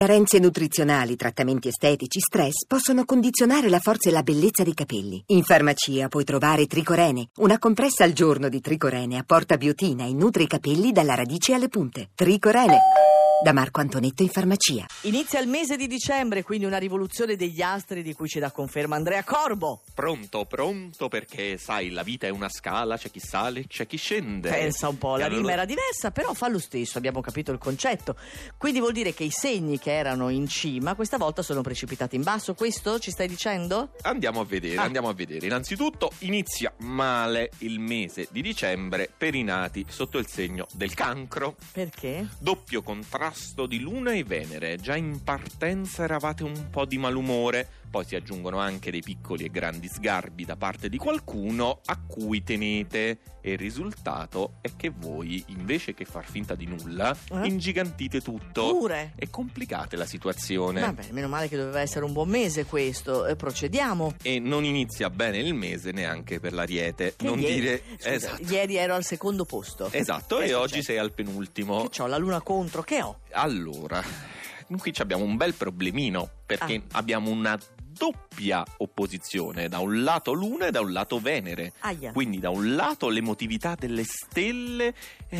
Carenze nutrizionali, trattamenti estetici, stress possono condizionare la forza e la bellezza dei capelli. In farmacia puoi trovare Tricorene. Una compressa al giorno di Tricorene apporta biotina e nutre i capelli dalla radice alle punte. Tricorene. Da Marco Antonetto in farmacia. Inizia il mese di dicembre, quindi una rivoluzione degli astri di cui ci dà conferma Andrea Corbo. Pronto, perché sai, la vita è una scala, c'è chi sale, c'è chi scende. Pensa un po', la rima era diversa, però fa lo stesso, abbiamo capito il concetto. Quindi vuol dire che i segni che erano in cima questa volta sono precipitati in basso, questo ci stai dicendo? Andiamo a vedere. Innanzitutto inizia male il mese di dicembre per i nati sotto il segno del Cancro. Perché? Doppio contrasto di Luna e Venere. Già in partenza eravate un po' di malumore, poi si aggiungono anche dei piccoli e grandi sgarbi da parte di qualcuno a cui tenete, e il risultato è che voi, invece che far finta di nulla, ingigantite tutto. Pure? E complicate la situazione. Vabbè, meno male che doveva essere un buon mese questo. Procediamo. E non inizia bene il mese neanche per l'Ariete. Che non ieri, dire scusa, esatto. Ieri ero al secondo posto. Esatto, Che e oggi succede? sei al penultimo. Che c'ho la luna contro, che ho? Allora, qui abbiamo un bel problemino, perché abbiamo una doppia opposizione, da un lato Luna e da un lato Venere. Aia. Quindi da un lato l'emotività delle stelle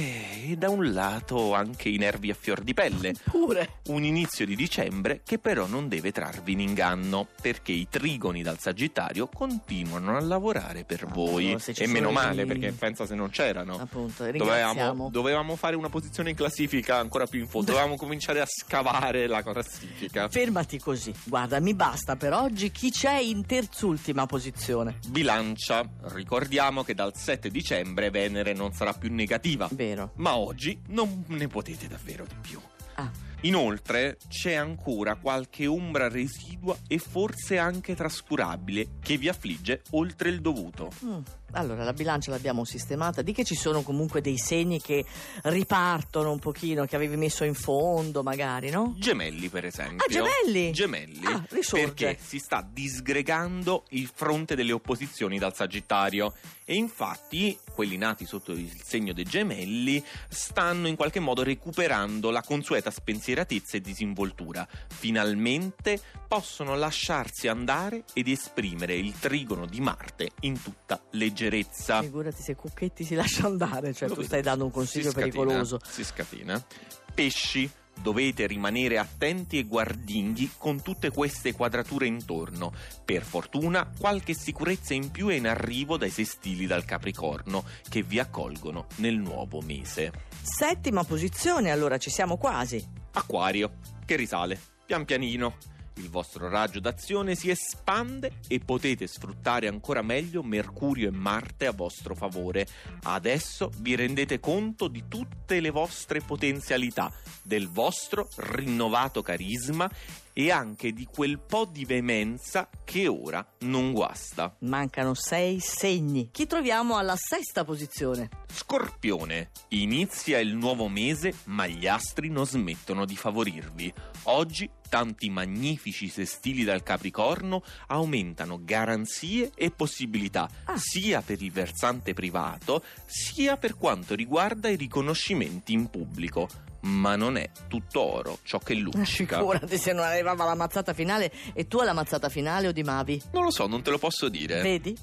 e da un lato anche i nervi a fior di pelle. Pure. Un inizio di dicembre che però non deve trarvi in inganno, perché i trigoni dal Sagittario continuano a lavorare per voi. Se ci E meno sono male, i- perché pensa se non c'erano. Appunto, ringraziamo. Dovevamo fare una posizione in classifica ancora più in fondo, dovevamo cominciare a scavare la classifica. Fermati così. Guarda, mi basta per oggi chi c'è in terzultima posizione. Bilancia, ricordiamo che dal 7 dicembre Venere non sarà più negativa, Vero. ma oggi non ne potete davvero di più. Ah. Inoltre c'è ancora qualche ombra residua e forse anche trascurabile che vi affligge oltre il dovuto. Allora, la bilancia l'abbiamo sistemata. Di che ci sono comunque dei segni che ripartono un pochino, che avevi messo in fondo magari, no? Gemelli, per esempio. Gemelli? Gemelli. Ah, risorge. Perché si sta disgregando il fronte delle opposizioni dal Sagittario. E infatti quelli nati sotto il segno dei Gemelli stanno in qualche modo recuperando la consueta spensieratezza e disinvoltura. Finalmente possono lasciarsi andare ed esprimere il trigono di Marte in tutta leggerezza. Figurati se Cucchetti si lascia andare, cioè Lo tu vedo. stai dando un consiglio Si scatina, pericoloso. Si scatina. Pesci, dovete rimanere attenti e guardinghi con tutte queste quadrature intorno. Per fortuna qualche sicurezza in più è in arrivo dai sestili dal Capricorno che vi accolgono nel nuovo mese. Settima posizione, allora ci siamo quasi. Acquario, che risale pian pianino. Il vostro raggio d'azione si espande e potete sfruttare ancora meglio Mercurio e Marte a vostro favore. Adesso vi rendete conto di tutte le vostre potenzialità, del vostro rinnovato carisma e anche di quel po' di veemenza che ora non guasta. Mancano 6 segni. Chi troviamo alla sesta posizione? Scorpione, inizia il nuovo mese, ma gli astri non smettono di favorirvi. Oggi tanti magnifici sestili dal Capricorno aumentano garanzie e possibilità, sia per il versante privato, sia per quanto riguarda i riconoscimenti in pubblico. Ma non è tutto oro ciò che luccica. Figurati se non arrivava la mazzata finale. E tu alla mazzata finale odimavi? Non lo so, non te lo posso dire. Vedi?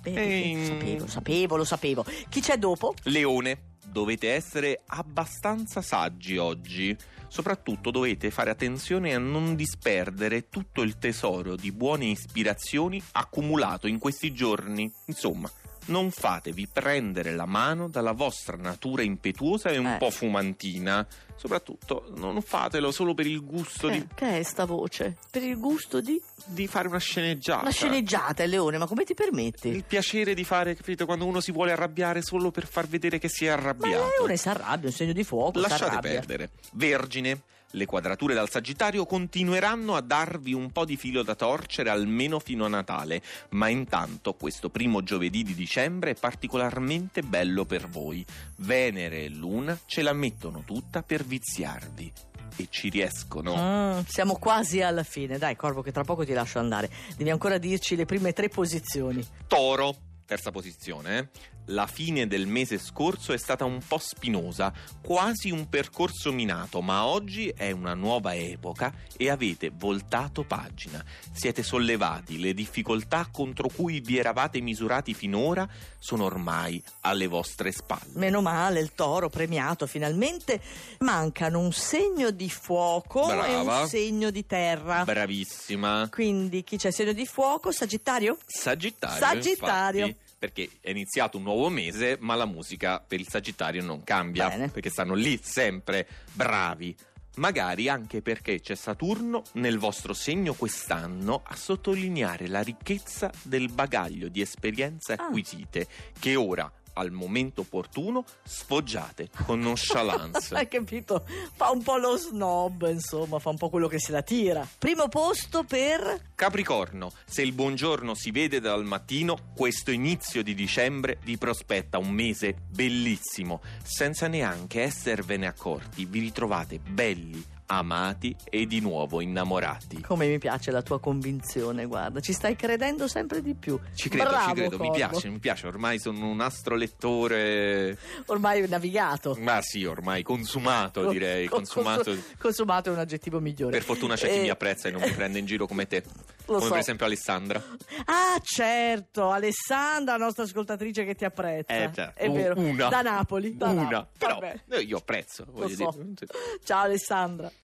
Lo sapevo. Chi c'è dopo? Leone, dovete essere abbastanza saggi oggi. Soprattutto dovete fare attenzione a non disperdere tutto il tesoro di buone ispirazioni accumulato in questi giorni. Insomma, non fatevi prendere la mano dalla vostra natura impetuosa e un po' fumantina. Soprattutto non fatelo solo per il gusto Che è sta voce? Per il gusto di fare una sceneggiata. una sceneggiata, Leone, ma come ti permetti? Il piacere di fare, capito, quando uno si vuole arrabbiare solo per far vedere che si è Ma arrabbiato. Leone si arrabbia, un segno di fuoco. Lasciate s'arrabbia. perdere. Vergine, le quadrature dal Sagittario continueranno a darvi un po' di filo da torcere almeno fino a Natale, ma intanto questo primo giovedì di dicembre è particolarmente bello per voi. Venere e Luna ce la mettono tutta per viziarvi. E ci riescono. Siamo quasi alla fine. Dai, Corvo, che tra poco ti lascio andare. Devi ancora dirci le prime 3 posizioni. Toro, terza posizione. La fine del mese scorso è stata un po' spinosa, quasi un percorso minato, ma oggi è una nuova epoca e avete voltato pagina. Siete sollevati, le difficoltà contro cui vi eravate misurati finora sono ormai alle vostre spalle. Meno male, il Toro premiato finalmente. Mancano un segno di fuoco Brava. e un segno di terra. Bravissima. Quindi chi c'è? Segno di fuoco? Sagittario? Sagittario. Infatti, perché è iniziato un nuovo mese, ma la musica per il Sagittario non cambia. Bene. Perché stanno lì sempre bravi. Magari anche perché c'è Saturno nel vostro segno quest'anno a sottolineare la ricchezza del bagaglio di esperienze acquisite che ora, al momento opportuno, sfoggiate con nonchalance. Hai capito? Fa un po' lo snob, insomma, fa un po' quello che se la tira. Primo posto per... Capricorno, se il buongiorno si vede dal mattino, questo inizio di dicembre vi prospetta un mese bellissimo. Senza neanche esservene accorti, vi ritrovate belli, amati e di nuovo innamorati. Come mi piace la tua convinzione, guarda, ci stai credendo sempre di più. Ci credo, Bravo, mi piace, ormai sono un astrolettore. Ormai navigato. Ma sì, ormai consumato, direi, consumato. Consumato è un aggettivo migliore. Per fortuna c'è chi mi apprezza e non mi prende in giro come te. Come so. per esempio Alessandra. Ah, certo, Alessandra, la nostra ascoltatrice che ti apprezza. Già. È vero. Una. Da Napoli. Una. Però Vabbè. io apprezzo, voglio Lo so. dire. Ciao Alessandra.